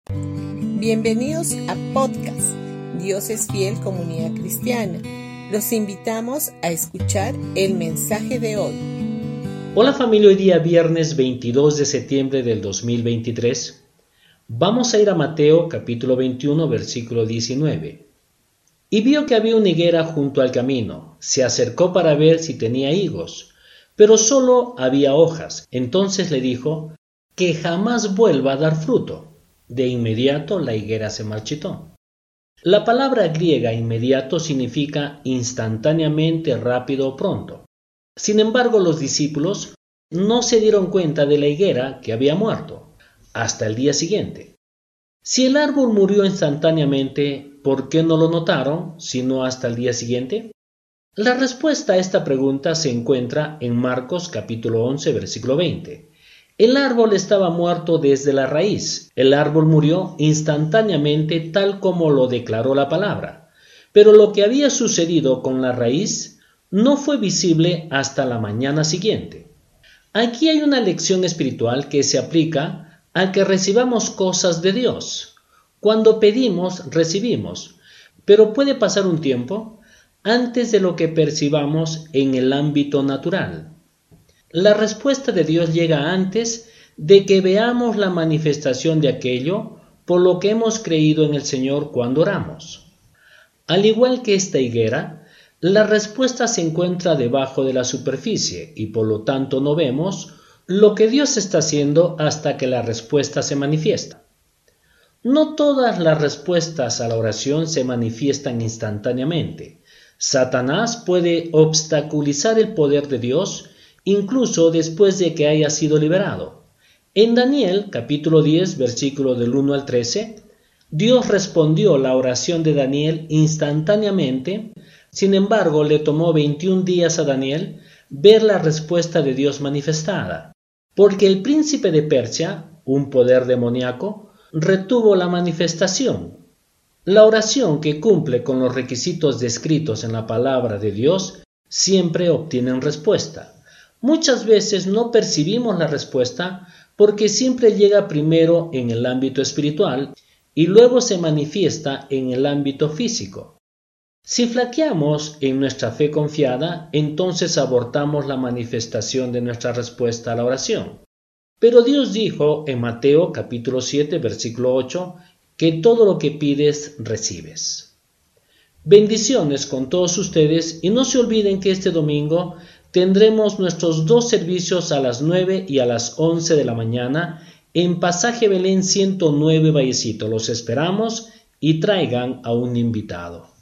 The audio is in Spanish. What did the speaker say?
Bienvenidos a podcast Dios es Fiel Comunidad Cristiana. Los invitamos a escuchar el mensaje de hoy. Hola familia, hoy día viernes 22 de septiembre del 2023. Vamos a ir a Mateo capítulo 21 versículo 19. Y vio que había una higuera junto al camino. Se acercó para ver si tenía higos, pero solo había hojas. Entonces le dijo que jamás vuelva a dar fruto. De inmediato la higuera se marchitó. La palabra griega inmediato significa instantáneamente, rápido o pronto. Sin embargo, los discípulos no se dieron cuenta de la higuera que había muerto hasta el día siguiente. Si el árbol murió instantáneamente, ¿por qué no lo notaron sino hasta el día siguiente? La respuesta a esta pregunta se encuentra en Marcos capítulo 11 versículo 20. El árbol estaba muerto desde la raíz. El árbol murió instantáneamente tal como lo declaró la palabra. Pero lo que había sucedido con la raíz no fue visible hasta la mañana siguiente. Aquí hay una lección espiritual que se aplica a que recibamos cosas de Dios. Cuando pedimos, recibimos, pero puede pasar un tiempo antes de lo que percibamos en el ámbito natural. La respuesta de Dios llega antes de que veamos la manifestación de aquello por lo que hemos creído en el Señor cuando oramos. Al igual que esta higuera, la respuesta se encuentra debajo de la superficie y por lo tanto no vemos lo que Dios está haciendo hasta que la respuesta se manifiesta. No todas las respuestas a la oración se manifiestan instantáneamente. Satanás puede obstaculizar el poder de Dios incluso después de que haya sido liberado. En Daniel capítulo 10 versículo del 1 al 13, Dios respondió la oración de Daniel instantáneamente. Sin embargo, le tomó 21 días a Daniel ver la respuesta de Dios manifestada, porque el príncipe de Persia, un poder demoníaco, retuvo la manifestación. La oración que cumple con los requisitos descritos en la palabra de Dios siempre obtiene respuesta. Muchas veces no percibimos la respuesta porque siempre llega primero en el ámbito espiritual y luego se manifiesta en el ámbito físico. Si flaqueamos en nuestra fe confiada, entonces abortamos la manifestación de nuestra respuesta a la oración. Pero Dios dijo en Mateo capítulo 7 versículo 8 que todo lo que pides recibes. Bendiciones con todos ustedes y no se olviden que este domingo tendremos nuestros dos servicios a las 9 y a las 11 de la mañana en Pasaje Belén 109 Vallecito. Los esperamos y traigan a un invitado.